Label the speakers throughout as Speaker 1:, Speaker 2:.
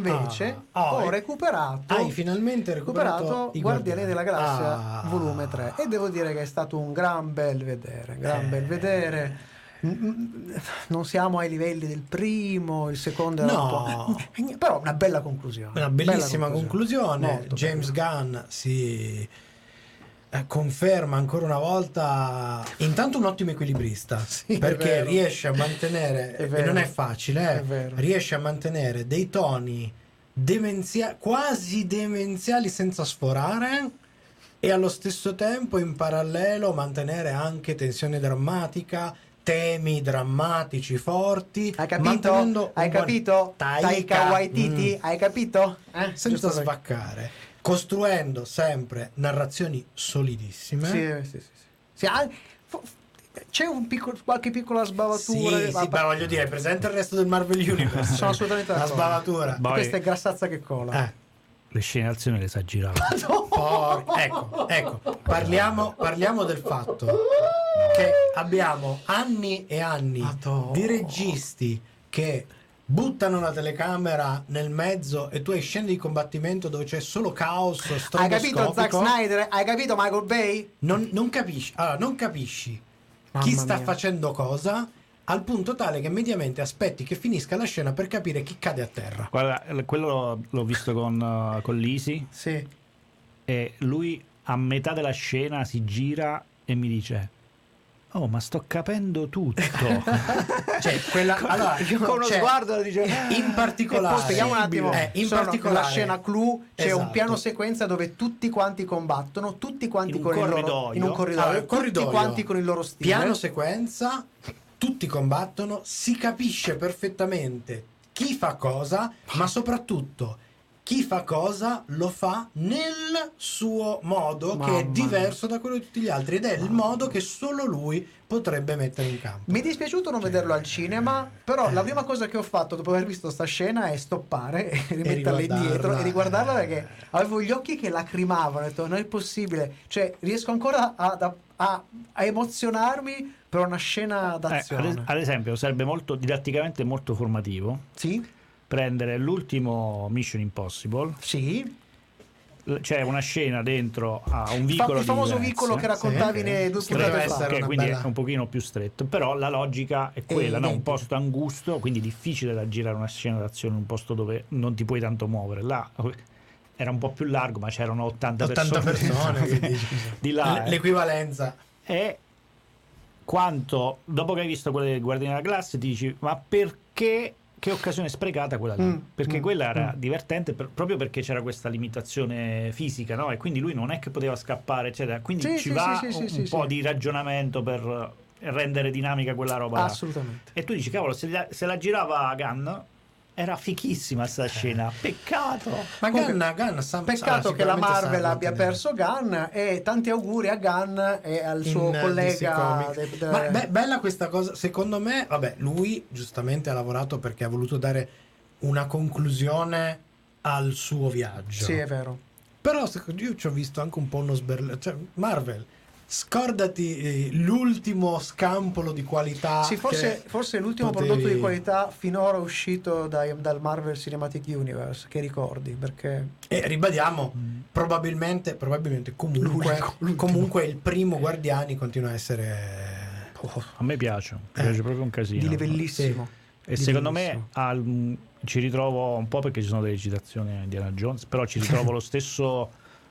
Speaker 1: invece ho recuperato.
Speaker 2: Hai finalmente recuperato i
Speaker 1: Guardiani della Galassia
Speaker 2: Ah.
Speaker 1: volume 3 e devo dire che è stato un gran bel vedere. Non siamo ai livelli del primo, il secondo era un po', però una bella conclusione.
Speaker 2: Una bellissima conclusione.
Speaker 1: Molto
Speaker 2: James
Speaker 1: bella.
Speaker 2: Gunn si conferma ancora una volta intanto un ottimo equilibrista,
Speaker 1: Sì,
Speaker 2: perché riesce a mantenere,
Speaker 1: È
Speaker 2: e
Speaker 1: vero.
Speaker 2: non è facile,
Speaker 1: È vero.
Speaker 2: riesce a mantenere dei toni quasi demenziali senza sforare, e allo stesso tempo in parallelo mantenere anche tensione drammatica, temi drammatici forti.
Speaker 1: Hai
Speaker 2: mantenendo
Speaker 1: capito? Hai
Speaker 2: un buon
Speaker 1: capito? Taika Waititi, hai capito?
Speaker 2: senza
Speaker 1: Giusto
Speaker 2: svaccare, costruendo sempre narrazioni solidissime.
Speaker 1: Sì. Sì, c'è qualche piccola sbavatura.
Speaker 2: Sì, ma voglio dire, è presente il resto del Marvel Universe.
Speaker 1: Sono assolutamente
Speaker 2: la
Speaker 1: d'accordo.
Speaker 2: sbavatura.
Speaker 3: Poi-
Speaker 1: Questa è grassazza che cola.
Speaker 3: Le scene d'azione le esagerava.
Speaker 2: Ecco, parliamo del fatto che abbiamo anni e anni di registi che buttano la telecamera nel mezzo e tu hai scene di combattimento dove c'è solo caos stroboscopico.
Speaker 1: Hai capito Zack Snyder? Hai capito Michael Bay?
Speaker 2: Non capisci. Allora, non capisci chi
Speaker 1: Mamma
Speaker 2: sta
Speaker 1: mia.
Speaker 2: facendo cosa, al punto tale che mediamente aspetti che finisca la scena per capire chi cade a terra.
Speaker 3: Guarda, quello l'ho visto con Lisi,
Speaker 1: Sì.
Speaker 3: e lui a metà della scena si gira e mi dice: oh, ma sto capendo tutto.
Speaker 2: Cioè, quella, allora,
Speaker 1: Con uno sguardo dice.
Speaker 2: in particolare,
Speaker 1: E poi spieghiamo un attimo.
Speaker 2: in
Speaker 1: Sono
Speaker 2: particolare
Speaker 1: la scena clou, c'è un
Speaker 2: esatto.
Speaker 1: piano sequenza dove tutti quanti combattono, tutti quanti
Speaker 3: In un
Speaker 1: con il loro
Speaker 3: corridoio.
Speaker 1: in un corridoio,
Speaker 2: Allora,
Speaker 1: tutti
Speaker 2: corridoio,
Speaker 1: quanti con il loro stile.
Speaker 2: piano sequenza, tutti combattono, si capisce perfettamente chi fa cosa, ma soprattutto chi fa cosa lo fa nel suo modo, che è
Speaker 1: Mamma
Speaker 2: diverso da quello di tutti gli altri, ed è il modo che solo lui potrebbe mettere in campo.
Speaker 1: Mi è dispiaciuto non vederlo al cinema, però la prima cosa che ho fatto dopo aver visto sta scena è stoppare e rimetterla indietro e riguardarla, perché avevo gli occhi che lacrimavano. Ho detto non è possibile, cioè riesco ancora a emozionarmi per una scena d'azione.
Speaker 3: Ad esempio, sarebbe molto didatticamente molto formativo
Speaker 1: Sì,
Speaker 3: prendere l'ultimo Mission Impossible.
Speaker 1: sì.
Speaker 3: C'è una scena dentro a un vicolo
Speaker 1: Il famoso
Speaker 3: di
Speaker 1: vicolo che raccontavi nei due
Speaker 2: Potrebbe
Speaker 1: puntate
Speaker 2: essere
Speaker 1: fa.
Speaker 3: che
Speaker 2: una
Speaker 3: quindi
Speaker 2: bella-
Speaker 3: è un pochino più stretto, però la logica è quella, no? Un
Speaker 1: identico.
Speaker 3: posto angusto, quindi difficile da girare una scena d'azione in un posto dove non ti puoi tanto muovere. Là era un po' più largo, ma c'erano 80
Speaker 2: persone che dici,
Speaker 3: di là.
Speaker 2: l'equivalenza.
Speaker 3: E quanto, dopo che hai visto quelle dei Guardiani della Galassia, ti dici: ma perché? Che occasione sprecata quella lì, perché quella era divertente proprio perché c'era questa limitazione fisica, no? E quindi lui non è che poteva scappare, eccetera. Quindi ci va un po' di ragionamento per rendere dinamica quella roba là.
Speaker 1: Assolutamente.
Speaker 3: E tu dici: cavolo, se la girava Gunn era fichissima sta scena, peccato.
Speaker 2: Ma Gunn
Speaker 1: Peccato che la Marvel abbia perso Gunn, e tanti auguri a Gunn e al suo collega.
Speaker 2: Ma bella questa cosa, secondo me. Vabbè, lui giustamente ha lavorato perché ha voluto dare una conclusione al suo viaggio.
Speaker 1: Sì, è vero.
Speaker 2: Però io ci ho visto anche un po' uno cioè, Marvel, scordati l'ultimo scampolo di qualità.
Speaker 1: Sì, forse l'ultimo prodotto di qualità finora uscito dal Marvel Cinematic Universe, che ricordi, perché
Speaker 2: E ribadiamo, probabilmente comunque il primo Guardiani continua a essere
Speaker 3: A me piace proprio un casino.
Speaker 1: di livellissimo.
Speaker 3: E secondo me ci ritrovo un po', perché ci sono delle citazioni di Indiana Jones, però ci ritrovo lo stesso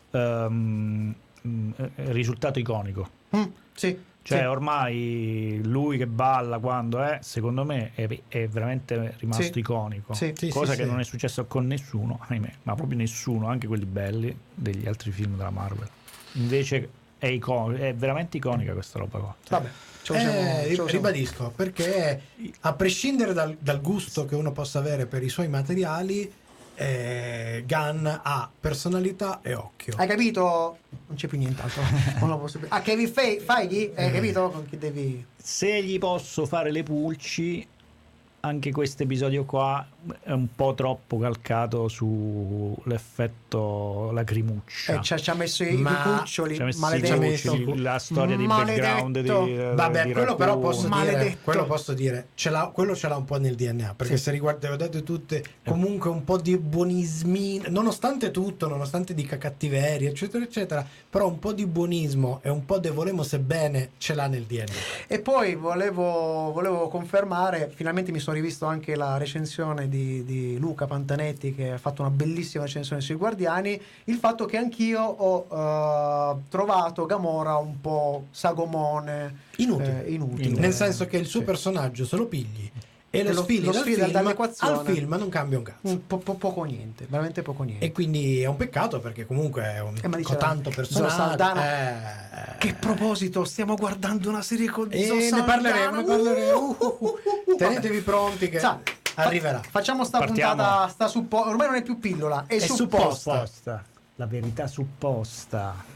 Speaker 3: risultato iconico.
Speaker 1: Sì.
Speaker 3: Cioè,
Speaker 1: sì.
Speaker 3: ormai lui che balla quando secondo me è veramente rimasto
Speaker 1: Sì.
Speaker 3: iconico.
Speaker 1: Sì.
Speaker 3: Cosa
Speaker 2: Sì,
Speaker 3: che
Speaker 2: sì.
Speaker 3: non è successo con nessuno, ahimè, ma proprio nessuno, anche quelli belli degli altri film della Marvel. Invece è veramente iconica questa roba qua.
Speaker 1: Vabbè, ce lo siamo.
Speaker 2: ribadisco, perché a prescindere dal gusto che uno possa avere per i suoi materiali, Gunn ha personalità e occhio.
Speaker 1: Hai capito? Non c'è più nient'altro. Non lo posso più. Ah, Kevin Feige? Hai capito? Con chi devi.
Speaker 3: Se gli posso fare le pulci, anche questo episodio qua è un po' troppo calcato sull'effetto lacrimuccia.
Speaker 1: Ci ha messo i cuccioli,
Speaker 3: maledetto. La storia di background di
Speaker 2: vabbè, quello però posso
Speaker 1: maledetto.
Speaker 2: dire, quello ce l'ha un po' nel DNA, perché se riguardate tutte comunque un po' di buonismi, nonostante tutto, nonostante dica cattiveria, eccetera eccetera, però un po' di buonismo e un po' di volemo sebbene ce l'ha nel DNA.
Speaker 1: E poi volevo confermare, finalmente mi sono rivisto anche la recensione di Luca Pantanetti, che ha fatto una bellissima recensione sui Guardiani, il fatto che anch'io ho trovato Gamora un po' sagomone, inutile.
Speaker 2: Nel senso che il suo personaggio se lo pigli e lo sfili al film non cambia un cazzo.
Speaker 1: Poco niente, veramente poco niente.
Speaker 2: E quindi è un peccato, perché comunque è un tanto personaggio.
Speaker 1: Che proposito, stiamo guardando una serie con
Speaker 2: ne parleremo. Tenetevi pronti che arriverà.
Speaker 1: Facciamo puntata ormai non è più pillola, è supposta.
Speaker 3: La verità supposta.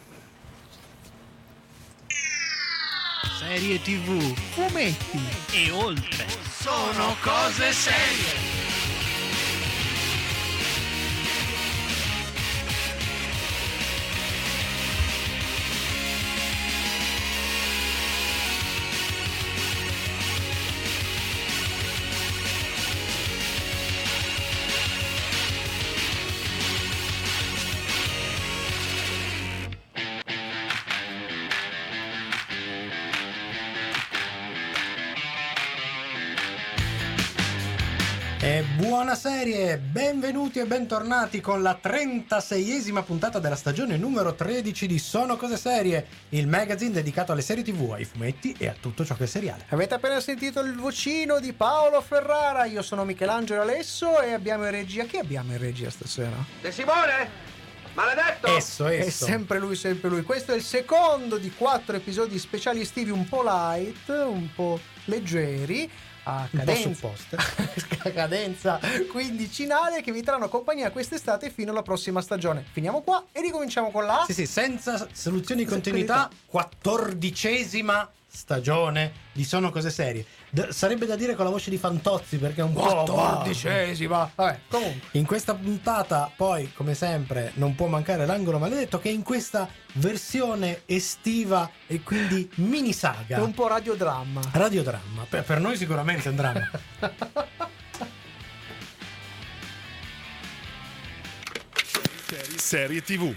Speaker 4: Serie TV, fumetti e oltre. Sono cose serie.
Speaker 2: Buona serie, benvenuti e bentornati con la 36esima puntata della stagione numero 13 di Sono Cose Serie, il magazine dedicato alle serie TV, ai fumetti e a tutto ciò che è seriale.
Speaker 1: Avete appena sentito il vocino di Paolo Ferrara, io sono Michelangelo Alesso e abbiamo in regia... Chi abbiamo in regia stasera?
Speaker 5: De Simone? Maledetto!
Speaker 2: Esso.
Speaker 1: È sempre lui. Questo è il secondo di 4 episodi speciali estivi un po' light, un po' leggeri, a cadenza quindicinale, che vi terranno compagnia quest'estate fino alla prossima stagione. Finiamo qua e ricominciamo con la...
Speaker 2: Sì, senza soluzioni di continuità, 14esima stagione di Sono Cose Serie. Sarebbe da dire con la voce di Fantozzi, perché è un po'...
Speaker 1: 14esima! Vabbè, comunque.
Speaker 2: In questa puntata, poi, come sempre, non può mancare l'angolo maledetto, che in questa versione estiva e quindi mini saga.
Speaker 1: È un po' radiodramma.
Speaker 2: Per noi sicuramente è un dramma.
Speaker 6: Serie TV.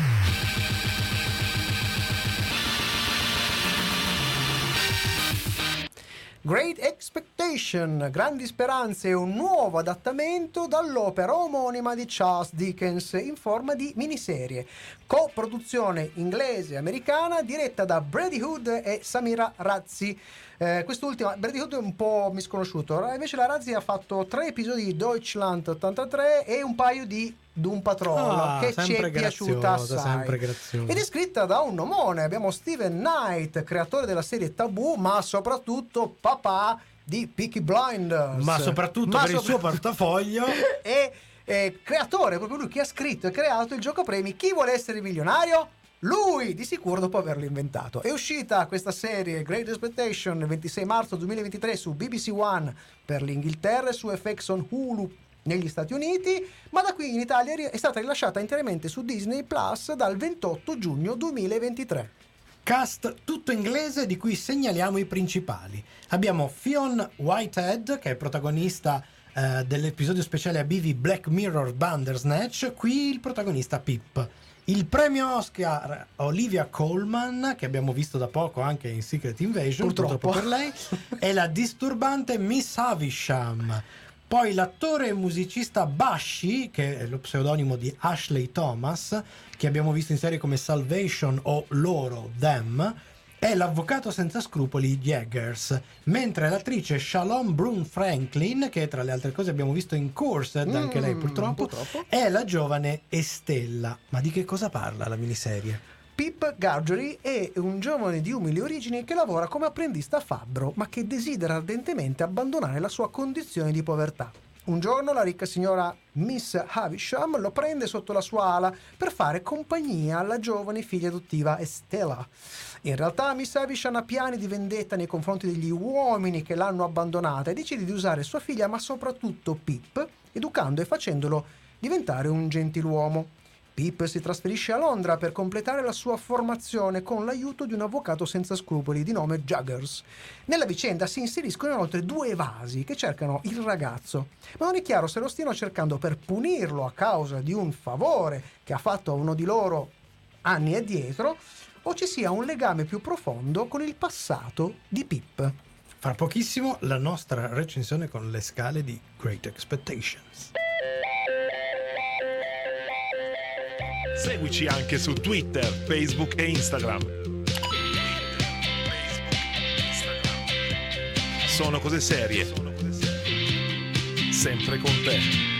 Speaker 1: Great Expectation, grandi speranze, un nuovo adattamento dall'opera omonima di Charles Dickens in forma di miniserie, coproduzione inglese-americana diretta da Brady Hood e Samira Razzi. Quest'ultima, Brady Hood è un po' misconosciuto, invece la Razzi ha fatto 3 episodi di Deutschland 83 e un paio di Doom Patrol, che ci è piaciuta assai, ed è scritta da un nomone. Abbiamo Steven Knight, creatore della serie Tabù, ma soprattutto papà di Peaky Blinders,
Speaker 2: ma soprattutto per il suo portafoglio
Speaker 1: e creatore, proprio lui che ha scritto e creato il gioco premi Chi vuole essere milionario? Lui, di sicuro, dopo averlo inventato. È uscita questa serie Great Expectation il 26 marzo 2023 su BBC One per l'Inghilterra e su FX on Hulu negli Stati Uniti, ma da qui in Italia è stata rilasciata interamente su Disney Plus dal 28 giugno 2023.
Speaker 2: Cast tutto inglese, di cui segnaliamo i principali. Abbiamo Fionn Whitehead, che è protagonista dell'episodio speciale a BV Black Mirror Bandersnatch, qui il protagonista Pip. Il premio Oscar Olivia Colman, che abbiamo visto da poco anche in Secret Invasion, purtroppo per lei, è la disturbante Miss Havisham. Poi l'attore e musicista Bashi, che è lo pseudonimo di Ashley Thomas, che abbiamo visto in serie come Salvation o Loro, Them, è l'avvocato senza scrupoli Jaggers, mentre l'attrice Shalom Brune Franklin, che tra le altre cose abbiamo visto in Coursed, anche lei purtroppo, è la giovane Estella. Ma di che cosa parla la miniserie?
Speaker 1: Pip Gargery è un giovane di umili origini che lavora come apprendista a fabbro, ma che desidera ardentemente abbandonare la sua condizione di povertà. Un giorno la ricca signora Miss Havisham lo prende sotto la sua ala per fare compagnia alla giovane figlia adottiva Estella. In realtà Miss Havisham ha piani di vendetta nei confronti degli uomini che l'hanno abbandonata e decide di usare sua figlia, ma soprattutto Pip, educando e facendolo diventare un gentiluomo. Pip si trasferisce a Londra per completare la sua formazione con l'aiuto di un avvocato senza scrupoli di nome Jaggers. Nella vicenda si inseriscono inoltre 2 evasi che cercano il ragazzo, ma non è chiaro se lo stiano cercando per punirlo a causa di un favore che ha fatto a uno di loro anni addietro, o ci sia un legame più profondo con il passato di Pip.
Speaker 2: Fra pochissimo la nostra recensione con le scale di Great Expectations.
Speaker 6: Seguici anche su Twitter, Facebook e Instagram. Sono cose serie. Sempre con te.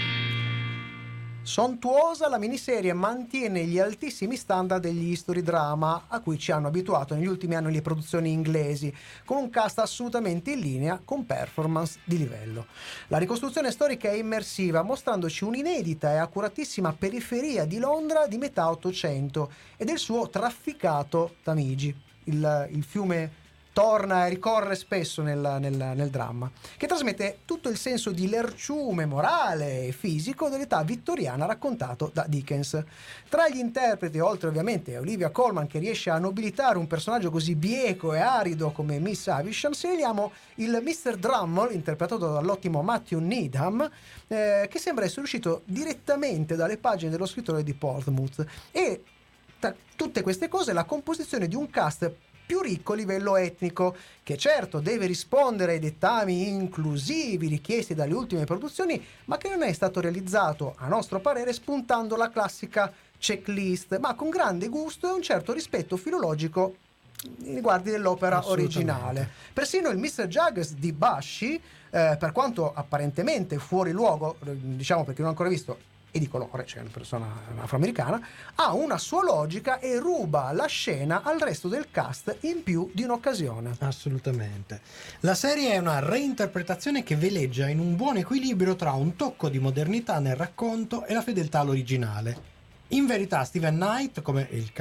Speaker 1: Sontuosa, la miniserie mantiene gli altissimi standard degli history drama a cui ci hanno abituato negli ultimi anni le produzioni inglesi, con un cast assolutamente in linea con performance di livello. La ricostruzione storica è immersiva, mostrandoci un'inedita e accuratissima periferia di Londra di metà Ottocento e del suo trafficato Tamigi, il fiume torna e ricorre spesso nel dramma, che trasmette tutto il senso di lerciume morale e fisico dell'età vittoriana raccontato da Dickens. Tra gli interpreti, oltre ovviamente a Olivia Colman, che riesce a nobilitare un personaggio così bieco e arido come Miss Havisham, segnaliamo il Mr. Drummond, interpretato dall'ottimo Matthew Needham, che sembra essere uscito direttamente dalle pagine dello scrittore di Portsmouth. E tra tutte queste cose la composizione di un cast più ricco a livello etnico, che certo deve rispondere ai dettami inclusivi richiesti dalle ultime produzioni, ma che non è stato realizzato, a nostro parere, spuntando la classica checklist, ma con grande gusto e un certo rispetto filologico nei riguardi dell'opera originale. Persino il Mr. Jaggers di Basci, per quanto apparentemente fuori luogo, diciamo perché non ho ancora visto, e di colore, cioè una persona afroamericana, ha una sua logica e ruba la scena al resto del cast in più di un'occasione.
Speaker 2: Assolutamente. La serie è una reinterpretazione che veleggia in un buon equilibrio tra un tocco di modernità nel racconto e la fedeltà all'originale. In verità Steven Knight, come per il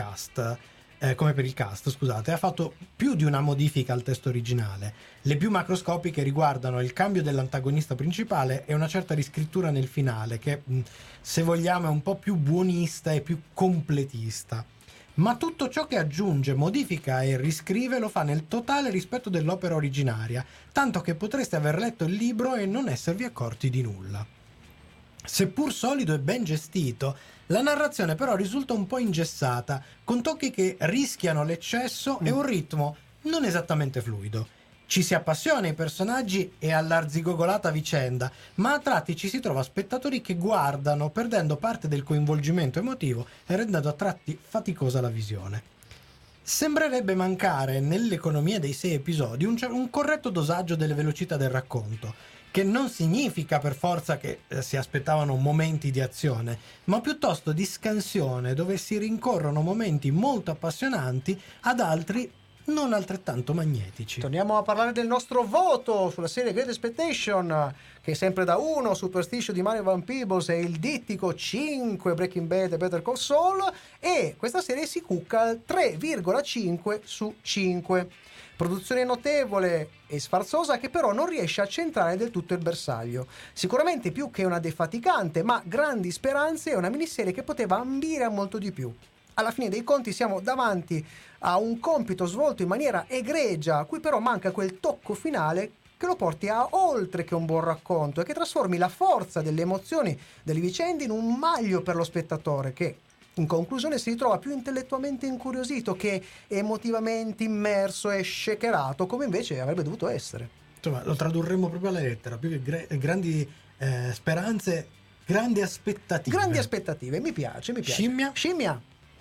Speaker 2: cast, scusate, ha fatto più di una modifica al testo originale. Le più macroscopiche riguardano il cambio dell'antagonista principale e una certa riscrittura nel finale che, se vogliamo, è un po' più buonista e più completista. Ma tutto ciò che aggiunge, modifica e riscrive lo fa nel totale rispetto dell'opera originaria, tanto che potreste aver letto il libro e non esservi accorti di nulla. Seppur solido e ben gestito, la narrazione però risulta un po' ingessata, con tocchi che rischiano l'eccesso e un ritmo non esattamente fluido. Ci si appassiona ai personaggi e all'arzigogolata vicenda, ma a tratti ci si trova spettatori che guardano, perdendo parte del coinvolgimento emotivo e rendendo a tratti faticosa la visione. Sembrerebbe mancare nell'economia dei 6 episodi un corretto dosaggio delle velocità del racconto, che non significa per forza che si aspettavano momenti di azione, ma piuttosto di scansione, dove si rincorrono momenti molto appassionanti ad altri non altrettanto magnetici.
Speaker 1: Torniamo a parlare del nostro voto sulla serie Great Expectation, che è sempre da 1 Superstition di Mario Van Peebles e il dittico 5 Breaking Bad e Better Call Saul, e questa serie si cucca al 3,5 su 5. Produzione notevole e sfarzosa che però non riesce a centrare del tutto il bersaglio. Sicuramente più che una defaticante, ma grandi speranze, è una miniserie che poteva ambire a molto di più. Alla fine dei conti siamo davanti a un compito svolto in maniera egregia, a cui però manca quel tocco finale che lo porti a oltre che un buon racconto e che trasformi la forza delle emozioni delle vicende in un maglio per lo spettatore che, in conclusione, si ritrova più intellettualmente incuriosito che emotivamente immerso e shakerato, come invece avrebbe dovuto essere.
Speaker 2: Insomma, lo tradurremmo proprio alla lettera, più che grandi speranze, grandi aspettative.
Speaker 1: Grandi aspettative, mi piace. Scimmia?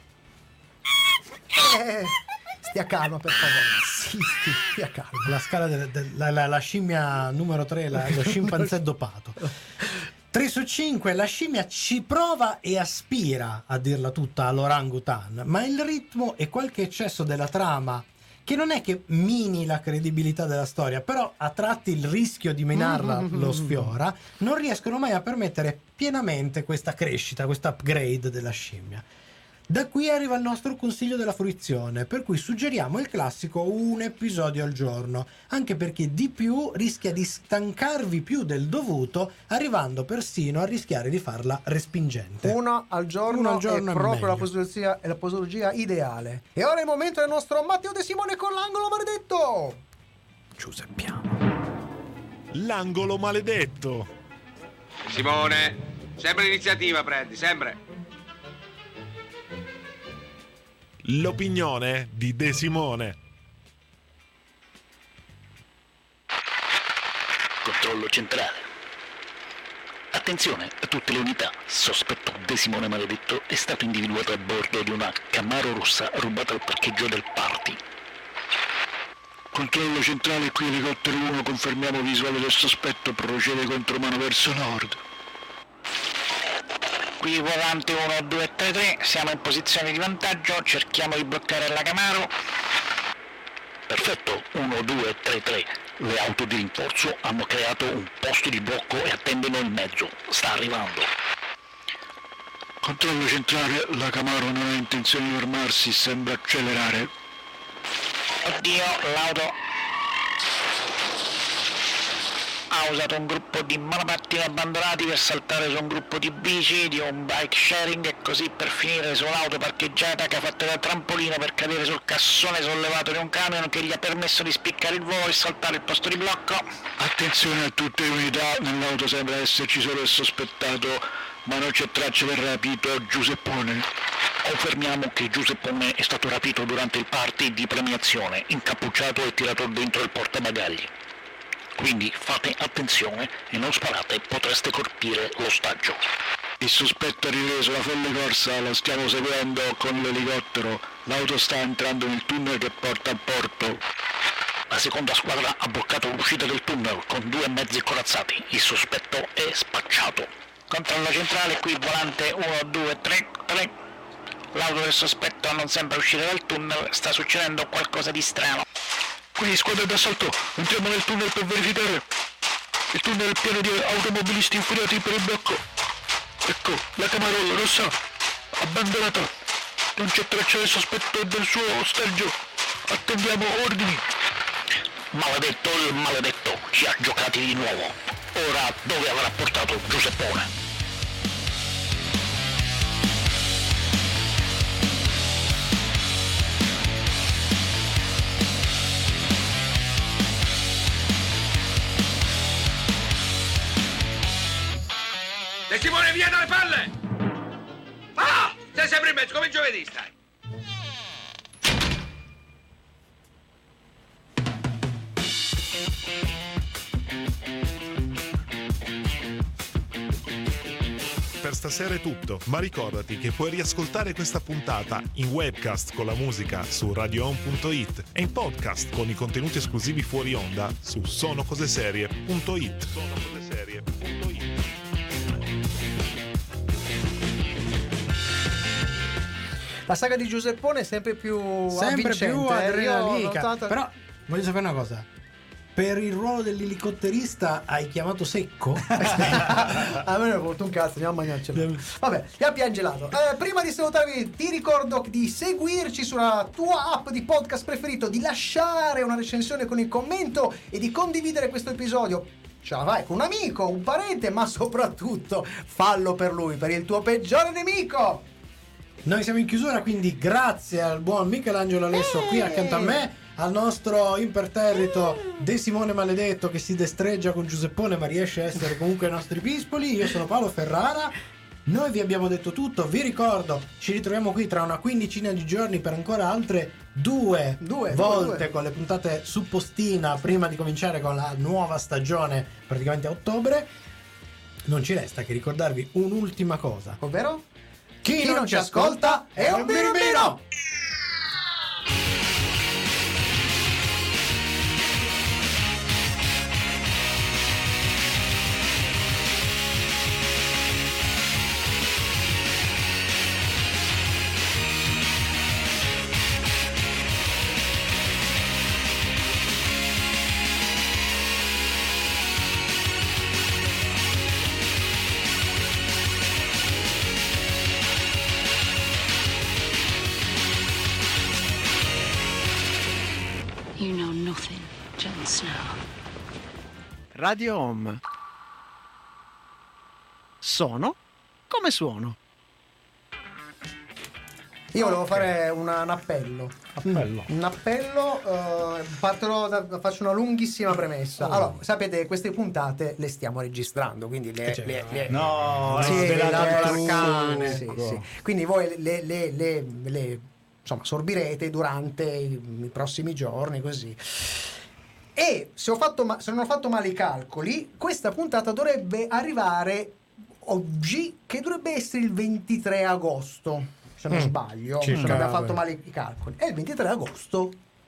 Speaker 1: Stia calma, per favore. Sì, stia calma.
Speaker 2: La scala la scimmia numero 3, lo scimpanzé dopato. 3 su 5, la scimmia ci prova e aspira a dirla tutta all'orangutan, ma il ritmo e qualche eccesso della trama che non è che mini la credibilità della storia, però a tratti il rischio di minarla lo sfiora, non riescono mai a permettere pienamente questa crescita, questo upgrade della scimmia. Da qui arriva il nostro consiglio della fruizione, per cui suggeriamo il classico un episodio al giorno, anche perché di più rischia di stancarvi più del dovuto, arrivando persino a rischiare di farla respingente.
Speaker 1: Uno al giorno è proprio la posologia ideale. E ora è il momento del nostro Matteo De Simone con l'angolo maledetto.
Speaker 2: Giuseppiano.
Speaker 6: L'angolo maledetto.
Speaker 5: Simone, sempre l'iniziativa prendi, sempre.
Speaker 6: L'opinione di De Simone.
Speaker 7: Controllo centrale. Attenzione a tutte le unità. Sospetto De Simone maledetto è stato individuato a bordo di una Camaro rossa rubata al parcheggio del Party. Controllo centrale, qui elicottero 1, confermiamo visuale del sospetto, procede contromano verso nord. Qui volante 1, 2, 3, 3, siamo in posizione di vantaggio, cerchiamo di bloccare la Camaro. Perfetto, 1, 2, 3, 3. Le auto di rinforzo hanno creato un posto di blocco e attendono il mezzo. Sta arrivando. Controllo centrale, la Camaro non ha intenzione di fermarsi, sembra accelerare. Oddio, l'auto ha usato un gruppo di monopattini abbandonati per saltare su un gruppo di bici, di un bike sharing e così per finire sull'auto parcheggiata che ha fatto da trampolino per cadere sul cassone sollevato di un camion che gli ha permesso di spiccare il volo e saltare il posto di blocco. Attenzione a tutte le unità, nell'auto sembra esserci solo il sospettato, ma non c'è traccia del rapito Giuseppone. Confermiamo che Giuseppone è stato rapito durante il party di premiazione, incappucciato e tirato dentro il portabagagli. Quindi fate attenzione e non sparate, potreste colpire l'ostaggio. Il sospetto è ripreso la folle corsa, lo stiamo seguendo con l'elicottero. L'auto sta entrando nel tunnel che porta al porto. La seconda squadra ha bloccato l'uscita del tunnel con 2 mezzi corazzati. Il sospetto è spacciato. Controllo centrale, qui volante 1, 2, 3, 3. L'auto del sospetto non sembra uscire dal tunnel, sta succedendo qualcosa di strano. Qui squadra d'assalto, entriamo nel tunnel per verificare. Il tunnel è pieno di automobilisti infuriati per il blocco. Ecco, la Camaro rossa, abbandonata. Non c'è traccia del sospetto e del suo ostaggio. Attendiamo ordini. Maledetto, il maledetto, ci ha giocati di nuovo. Ora dove avrà portato Giuseppone?
Speaker 5: De Simone, via dalle palle! Ah! Sei sempre in mezzo, come giovedì stai.
Speaker 6: Per stasera è tutto, ma ricordati che puoi riascoltare questa puntata in webcast con la musica su radioon.it e in podcast con i contenuti esclusivi fuori onda su sonocoseserie.it.
Speaker 1: La saga di Giuseppone è sempre più avvincente,
Speaker 2: adrenalinica. Però voglio sapere una cosa. Per il ruolo dell'elicotterista hai chiamato Secco?
Speaker 1: A me ne ho voluto un cazzo, andiamo a mangiarcelo. Vabbè, ti abbiamo gelato. Prima di salutarvi ti ricordo di seguirci sulla tua app di podcast preferito, di lasciare una recensione con il commento e di condividere questo episodio. Ce la vai con un amico, un parente, ma soprattutto fallo per lui, per il tuo peggiore nemico.
Speaker 2: Noi siamo in chiusura, quindi grazie al buon Michelangelo Alesso qui accanto a me, al nostro imperterrito De Simone maledetto che si destreggia con Giuseppone ma riesce a essere comunque ai nostri pispoli. Io sono Paolo Ferrara, noi vi abbiamo detto tutto, vi ricordo ci ritroviamo qui tra una quindicina di giorni per ancora altre due volte con le puntate su postina prima di cominciare con la nuova stagione praticamente a ottobre. Non ci resta che ricordarvi un'ultima cosa,
Speaker 1: ovvero
Speaker 2: chi non ci ascolta è un birimbino!
Speaker 8: nothing, Jon Snow.
Speaker 4: Radio Home. Sono come suono.
Speaker 1: Io volevo fare un appello. Un appello, faccio una lunghissima premessa. Allora, sapete, queste puntate le stiamo registrando, quindi
Speaker 3: no,
Speaker 1: sì,
Speaker 3: arcane.
Speaker 1: Sì. Quindi voi le insomma assorbirete durante i prossimi giorni, così. E se non ho fatto male i calcoli, questa puntata dovrebbe arrivare oggi, che dovrebbe essere il 23 agosto. Se non sbaglio, se non abbiamo fatto male i calcoli. E il 23 agosto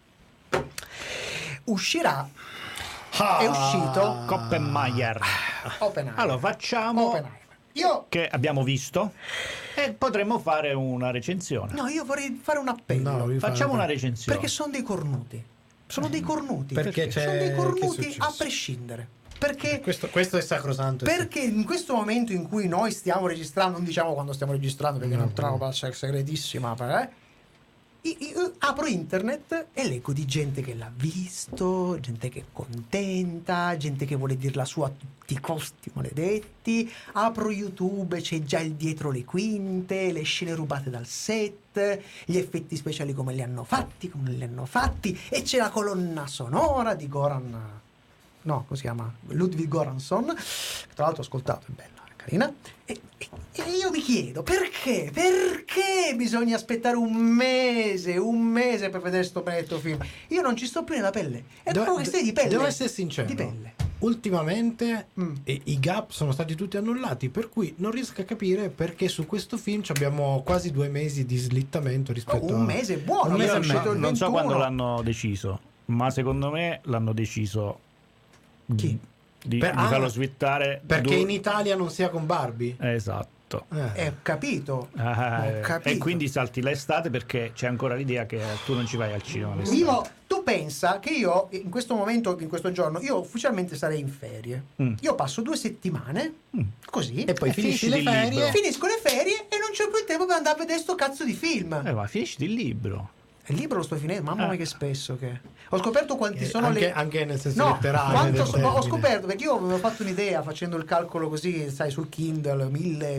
Speaker 1: uscirà. È uscito
Speaker 3: Oppenheimer. Allora facciamo che abbiamo visto e potremmo fare una recensione.
Speaker 1: No, io vorrei fare un appello.
Speaker 3: Facciamo una recensione.
Speaker 1: Perché sono dei cornuti. Sono dei cornuti.
Speaker 2: Perché
Speaker 1: sono dei cornuti a prescindere. Perché
Speaker 2: questo è sacrosanto.
Speaker 1: Perché in questo momento in cui noi stiamo registrando, non diciamo quando stiamo registrando perché è una roba segretissima, io apro internet e leggo di gente che l'ha visto, gente che è contenta, gente che vuole dire la sua a tutti i costi maledetti. Apro YouTube, c'è già il dietro le quinte, le scene rubate dal set, gli effetti speciali come li hanno fatti, come non li hanno fatti, e c'è la colonna sonora di Goran, no, come si chiama? Ludwig Göransson, che tra l'altro ho ascoltato, è bella, è carina. E io mi chiedo perché bisogna aspettare un mese per vedere sto benedetto film. Io non ci sto più nella pelle. È proprio che stai di pelle.
Speaker 2: Devo essere sincero.
Speaker 1: Di pelle.
Speaker 2: Ultimamente i gap sono stati tutti annullati, per cui non riesco a capire perché su questo film abbiamo quasi 2 mesi di slittamento rispetto
Speaker 1: un mese è buono.
Speaker 2: Un mese
Speaker 1: è uscito il 21.
Speaker 3: Non so quando l'hanno deciso, ma secondo me l'hanno deciso
Speaker 1: chi?
Speaker 3: Di farlo swittare
Speaker 2: perché in Italia non sia con Barbie.
Speaker 3: Esatto.
Speaker 1: Ho capito.
Speaker 3: E quindi salti l'estate perché c'è ancora l'idea che tu non ci vai al cinema.
Speaker 1: Tu pensa che io in questo momento, in questo giorno, io ufficialmente sarei in ferie. Io passo 2 settimane così
Speaker 2: e poi finisci le ferie.
Speaker 1: Finisco le ferie e non c'ho più il tempo per andare a vedere sto cazzo di film.
Speaker 3: Ma finisci il libro.
Speaker 1: Il libro lo sto finendo, mamma mia che spesso che ho scoperto quanti sono
Speaker 2: anche nel senso letterale.
Speaker 1: Ho scoperto, perché io avevo fatto un'idea facendo il calcolo così, sai, sul Kindle, 1000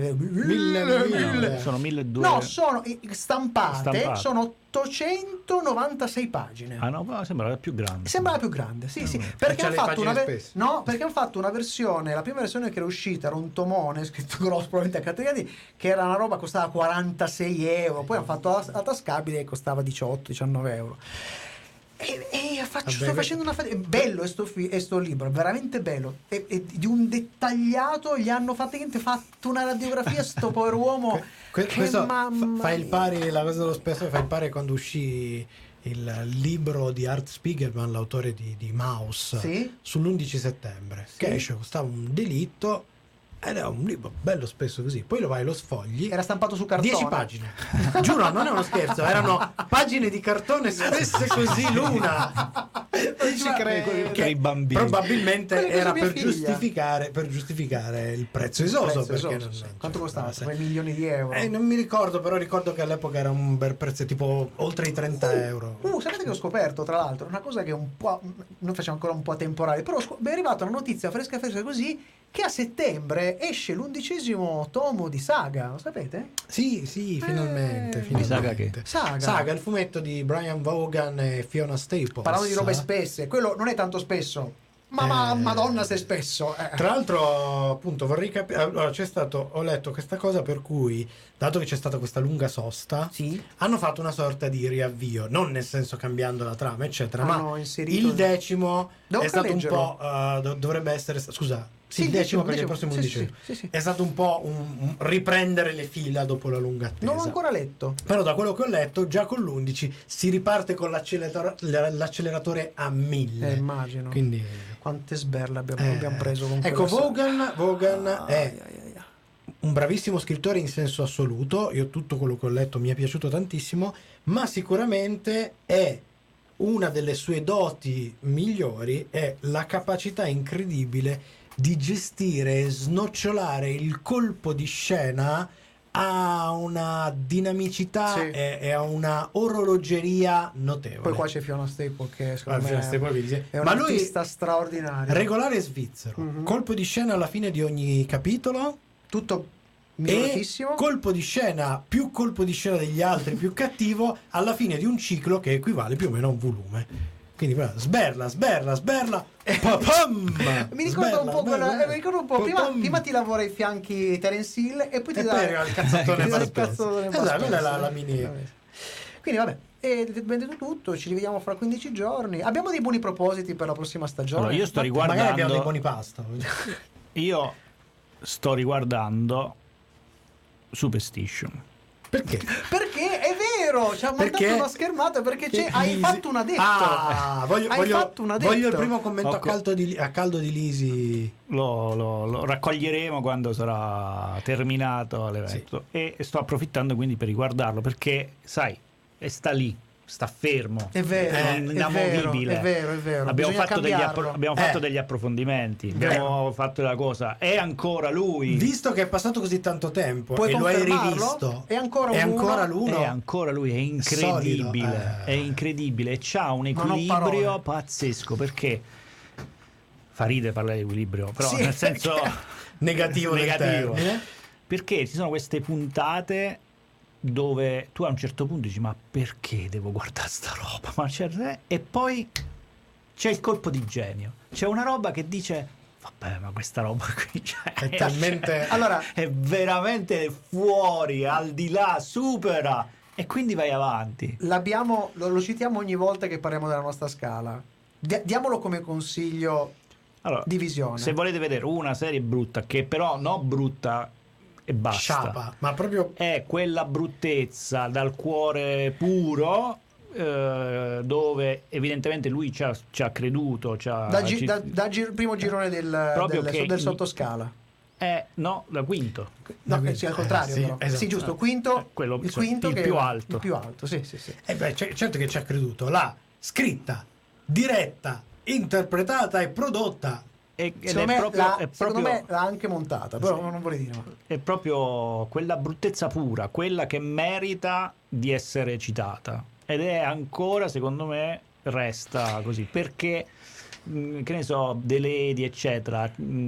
Speaker 3: sono 1200.
Speaker 1: No, sono stampate. Sono 896 pagine.
Speaker 3: Ah no, sembra più grande.
Speaker 1: Sembra più grande, sì. Perché hanno fatto perché hanno fatto una versione, la prima versione che era uscita era un tomone scritto grosso, probabilmente a Catriani, che era una roba, costava 46 euro, poi hanno fatto la tascabile e costava 18-19 euro. Sto facendo una fatica. È bello sto libro, è veramente bello. È di un dettagliato. Gli hanno fatto una radiografia sto povero uomo.
Speaker 2: Questo fa il pari, la cosa dello spesso fa il pari quando uscì il libro di Art Spiegelman, l'autore di Maus, sull'11 settembre, che esce, costava un delitto. Ed è un libro bello spesso così, poi lo vai, lo sfogli.
Speaker 1: Era stampato su cartone.
Speaker 2: 10 pagine. Giuro, non è uno scherzo, erano pagine di cartone spesse così l'una.
Speaker 3: Non ci credo. Che i bambini.
Speaker 2: Probabilmente era per giustificare il prezzo esoso.
Speaker 1: Quanto costava? 3 milioni di euro.
Speaker 2: Non mi ricordo, però ricordo che all'epoca era un bel prezzo, tipo oltre i 30 euro.
Speaker 1: Sapete che ho scoperto, tra l'altro, una cosa che un po', noi facciamo ancora un po' temporale, però è arrivata una notizia fresca così, che a settembre esce l'11° tomo di Saga, lo sapete?
Speaker 2: Sì, finalmente.
Speaker 3: Saga che?
Speaker 2: Saga, il fumetto di Brian Vaughan e Fiona Staples.
Speaker 1: Parlando di robe spesse, quello non è tanto spesso, ma madonna se spesso.
Speaker 2: Tra l'altro, appunto, vorrei capire, allora ho letto questa cosa per cui, dato che c'è stata questa lunga sosta, hanno fatto una sorta di riavvio, non nel senso cambiando la trama, eccetera, ma il 10° è stato un po', dovrebbe essere, scusa, il 10° perché il prossimo 11 è stato un po' un riprendere le fila dopo la lunga attesa.
Speaker 1: Non l'ho ancora letto,
Speaker 2: però da quello che ho letto già con l'11 si riparte con l'acceleratore a 1000.
Speaker 1: Immagino.
Speaker 2: Quindi
Speaker 1: quante sberle abbiamo preso con
Speaker 2: ecco, Vaughan è un bravissimo scrittore in senso assoluto. Io tutto quello che ho letto mi è piaciuto tantissimo, ma sicuramente è una delle sue doti migliori è la capacità incredibile di gestire e snocciolare il colpo di scena ha una dinamicità
Speaker 1: Sì.
Speaker 2: e ha una orologeria notevole.
Speaker 1: Poi qua c'è Fiona Staple che secondo
Speaker 2: Fiona
Speaker 1: me
Speaker 2: Staple, vedi?
Speaker 1: è un
Speaker 2: Ma lui-
Speaker 1: artista straordinario.
Speaker 2: Regolare svizzero,
Speaker 1: Mhm.
Speaker 2: colpo di scena alla fine di ogni capitolo
Speaker 1: Tutto
Speaker 2: e
Speaker 1: minoratissimo.
Speaker 2: colpo di scena, più colpo di scena degli altri, più cattivo, alla fine di un ciclo che equivale più o meno a un volume. Quindi sberla, pa-pam!
Speaker 1: Mi ricordo un po' mi ricordo un po'. Prima ti lavora i fianchi Terence Hill e poi ti
Speaker 2: E
Speaker 1: dà
Speaker 2: poi arriva il cazzatone
Speaker 1: ti dà il
Speaker 2: Bud Spencer.
Speaker 1: cazzatone Bud
Speaker 2: Esatto, quella è
Speaker 1: Spencer.
Speaker 2: la mini.
Speaker 1: Quindi vabbè, ben detto tutto, ci rivediamo fra 15 giorni. Abbiamo dei buoni propositi per la prossima stagione.
Speaker 3: Allora, io sto
Speaker 2: Magari abbiamo dei
Speaker 3: riguardando
Speaker 2: buoni pasta.
Speaker 3: io sto riguardando Superstition.
Speaker 2: Perché?
Speaker 1: Perché è vero, ci ha mandato
Speaker 2: Perché?
Speaker 1: una schermata perché hai fatto un addetto.
Speaker 2: Voglio
Speaker 1: fatto un addetto.
Speaker 2: il primo commento
Speaker 3: Ho
Speaker 2: a caldo di Lisi.
Speaker 3: Lo raccoglieremo quando sarà terminato l'evento e sto approfittando quindi per riguardarlo perché sai sta lì, sta fermo,
Speaker 1: È vero,
Speaker 3: inamovibile.
Speaker 1: è vero.
Speaker 3: Abbiamo
Speaker 1: Bisogna
Speaker 3: fatto,
Speaker 1: cambiarlo.
Speaker 3: degli approfondimenti, abbiamo fatto la cosa, è ancora lui,
Speaker 2: Visto che è passato così tanto tempo
Speaker 1: Puoi
Speaker 2: e lo hai
Speaker 1: confermarlo?
Speaker 2: rivisto,
Speaker 1: È ancora
Speaker 2: è
Speaker 1: l'uno?
Speaker 2: ancora l'uno.
Speaker 3: è ancora lui, è incredibile,
Speaker 2: Solido,
Speaker 3: è incredibile e c'ha un
Speaker 1: Non ho
Speaker 3: equilibrio
Speaker 1: parole.
Speaker 3: pazzesco perché fa ridere parlare di equilibrio, però
Speaker 1: Sì,
Speaker 3: nel senso
Speaker 2: negativo del termine.
Speaker 3: perché ci sono queste puntate dove tu a un certo punto dici ma perché devo guardare sta roba, e poi c'è il colpo di genio, c'è una roba che dice vabbè ma questa roba qui
Speaker 2: È talmente
Speaker 1: Allora,
Speaker 3: è veramente fuori, al di là, supera e quindi vai avanti.
Speaker 1: lo citiamo ogni volta che parliamo della nostra scala. Diamolo come consiglio
Speaker 3: Allora,
Speaker 1: di visione.
Speaker 3: se volete vedere una serie brutta che però non brutta e basta,
Speaker 2: sciapa, ma proprio
Speaker 3: è quella bruttezza dal cuore puro dove evidentemente lui ci ha creduto,
Speaker 1: primo girone del sottoscala.
Speaker 3: no, da quinto,
Speaker 1: No, sì, al contrario,
Speaker 2: sì,
Speaker 1: però.
Speaker 2: esatto.
Speaker 1: Sì, giusto, quinto,
Speaker 3: quello,
Speaker 1: il
Speaker 3: cioè,
Speaker 1: quinto
Speaker 3: il
Speaker 1: che
Speaker 3: più
Speaker 1: è
Speaker 3: alto.
Speaker 1: Il più alto, sì.
Speaker 2: certo che ci ha creduto. L'ha scritta, diretta, interpretata e prodotta.
Speaker 3: Ed
Speaker 1: Secondo me l'ha anche montata, però non vorrei dire.
Speaker 3: è proprio quella bruttezza pura, quella che merita di essere citata ed è ancora, secondo me, resta così perché che ne so, The Lady eccetera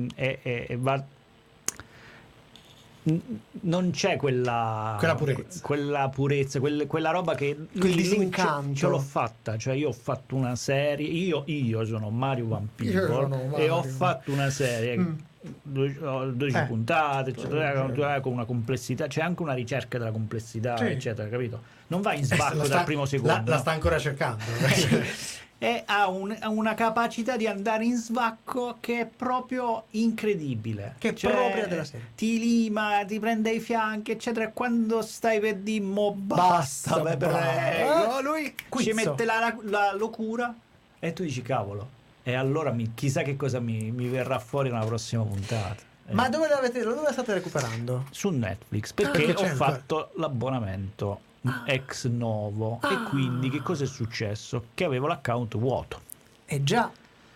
Speaker 3: non c'è quella purezza, quella roba che
Speaker 1: Quel disincanto.
Speaker 3: ce l'ho fatta, cioè io ho fatto una serie, io sono Mario Van Peeble e ho fatto una serie 12 puntate eccetera, con una complessità, c'è anche una ricerca della complessità eccetera, capito? Non va in sbacco dal primo secondo,
Speaker 2: la sta ancora cercando.
Speaker 3: e ha una capacità di andare in svacco che è proprio incredibile,
Speaker 1: Che è propria della serie.
Speaker 3: ti lima, ti prende ai fianchi eccetera, e quando stai per dire basta,
Speaker 1: Basta,
Speaker 3: prego, lui ci
Speaker 1: Quizzo.
Speaker 3: mette la locura e tu dici cavolo, e allora chissà che cosa mi verrà fuori nella prossima puntata.
Speaker 1: Ma dove lo state recuperando?
Speaker 3: Su Netflix, perché
Speaker 2: perché
Speaker 3: ho
Speaker 2: c'è
Speaker 3: fatto l'abbonamento ex novo e quindi che cosa è successo? Che avevo l'account vuoto
Speaker 1: Già.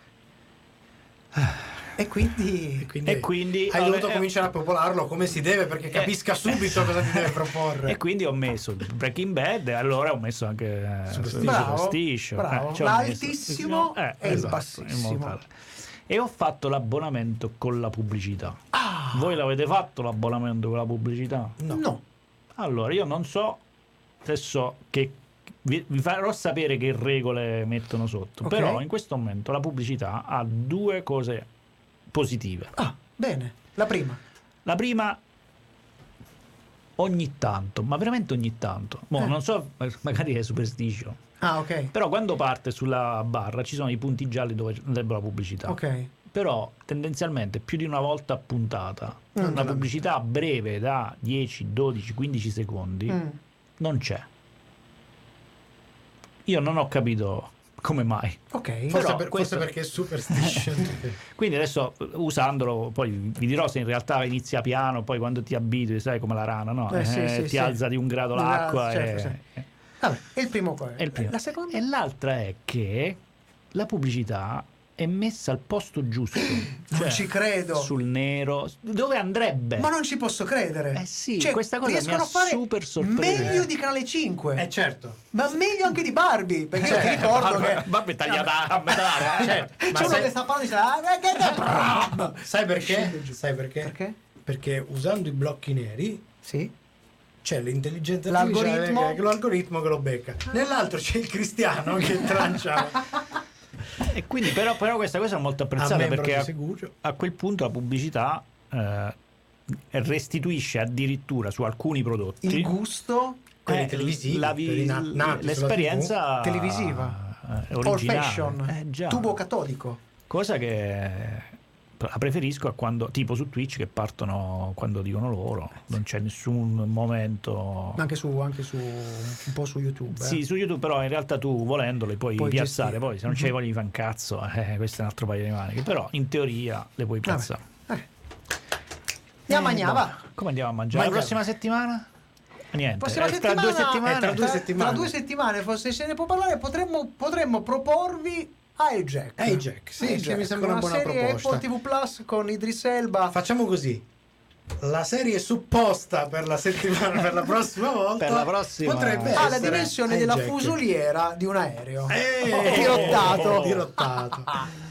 Speaker 1: E quindi
Speaker 2: hai dovuto cominciare a popolarlo come si deve perché capisca subito cosa ti deve proporre.
Speaker 3: e quindi ho messo Breaking Bad e allora ho messo anche Superstition.
Speaker 1: Bravo.
Speaker 3: Ci ho
Speaker 1: L'altissimo
Speaker 3: messo-
Speaker 1: e il
Speaker 3: esatto,
Speaker 1: bassissimo.
Speaker 3: in modo tale. E ho fatto l'abbonamento con la pubblicità. Voi l'avete fatto l'abbonamento con la pubblicità?
Speaker 1: No.
Speaker 3: Allora io non so, adesso che vi farò sapere che regole mettono sotto,
Speaker 1: Ok.
Speaker 3: però in questo momento la pubblicità ha due cose positive.
Speaker 1: Bene. La prima.
Speaker 3: La prima, ogni tanto, ma veramente ogni tanto, non so, magari è Superstition,
Speaker 1: Ok.
Speaker 3: però quando parte sulla barra ci sono i punti gialli dove andrebbe la pubblicità.
Speaker 1: Ok.
Speaker 3: Però tendenzialmente più di una volta a puntata
Speaker 1: Non
Speaker 3: una
Speaker 1: te la-
Speaker 3: pubblicità breve da 10, 12, 15 secondi non c'è. Io non ho capito come mai.
Speaker 1: Ok.
Speaker 3: Però
Speaker 2: Forse
Speaker 3: questo-
Speaker 2: perché è Superstition.
Speaker 3: Quindi adesso usandolo, poi vi dirò se in realtà inizia piano, poi quando ti abitui, sai come la rana, no? Ti alza di un grado l'acqua.
Speaker 1: Certo, Vabbè, e il primo qual è?
Speaker 3: è il primo.
Speaker 1: La seconda?
Speaker 3: E l'altra è che la pubblicità è messa al posto giusto.
Speaker 1: Non ci credo.
Speaker 3: Sul nero. Dove andrebbe?
Speaker 1: Ma non ci posso credere.
Speaker 3: Eh sì,
Speaker 1: Cioè,
Speaker 3: questa cosa mi
Speaker 1: riescono
Speaker 3: ha
Speaker 1: a fare
Speaker 3: super sorpreso.
Speaker 1: meglio di Canale 5.
Speaker 2: Certo.
Speaker 1: Ma meglio anche di Barbie, perché io ti ricordo che
Speaker 3: Barbie tagliata a metà.
Speaker 2: Certo.
Speaker 1: c'è
Speaker 2: Ma
Speaker 1: uno
Speaker 2: sai,
Speaker 1: che sta parlando e dice
Speaker 2: sai perché?
Speaker 1: Scende giù.
Speaker 2: Sai perché?
Speaker 1: Perché?
Speaker 2: Perché usando i blocchi neri
Speaker 1: Sì.
Speaker 2: c'è l'intelligenza
Speaker 1: L'algoritmo.
Speaker 2: artificiale l'algoritmo che lo becca. Nell'altro c'è il cristiano che trancia
Speaker 3: E quindi però questa cosa è molto
Speaker 2: a
Speaker 3: apprezzata,
Speaker 2: membro
Speaker 3: perché
Speaker 2: di Segugio.
Speaker 3: a quel punto la pubblicità restituisce addirittura su alcuni prodotti
Speaker 1: Il gusto
Speaker 2: Quelli televisivi, quelli nati
Speaker 3: l'esperienza
Speaker 2: sulla
Speaker 1: televisiva. Old
Speaker 3: originale.
Speaker 1: fashion.
Speaker 3: Già.
Speaker 1: Tubo catodico.
Speaker 3: Cosa che la preferisco a quando, tipo su Twitch, che partono quando dicono loro, non c'è nessun momento.
Speaker 1: Anche su un po' su YouTube.
Speaker 3: Sì, su YouTube, però in realtà tu volendo le puoi piazzare,
Speaker 1: gestire.
Speaker 3: poi se non c'hai voglia di fan cazzo, questo è un altro paio di maniche, però in teoria le puoi piazzare.
Speaker 1: Andiamo a mangiare, va.
Speaker 3: Come andiamo a mangiare? La prossima settimana? Niente,
Speaker 1: Prossima
Speaker 3: tra
Speaker 1: settimana,
Speaker 3: 2 settimane.
Speaker 2: tra 2 settimane.
Speaker 1: Tra 2 settimane, forse se ne può parlare, potremmo proporvi Hijack.
Speaker 2: Hijack, sì, mi sembra una buona
Speaker 1: serie
Speaker 2: proposta.
Speaker 1: Apple TV Plus con Idris Elba.
Speaker 2: Facciamo così. La serie supposta per la settimana, per la prossima volta,
Speaker 3: Per la prossima.
Speaker 2: potrebbe
Speaker 1: Ha la
Speaker 2: essere
Speaker 1: dimensione della
Speaker 2: Hijack.
Speaker 1: fusoliera di un aereo.
Speaker 2: Eh,
Speaker 1: Dirottato.
Speaker 2: dirottato.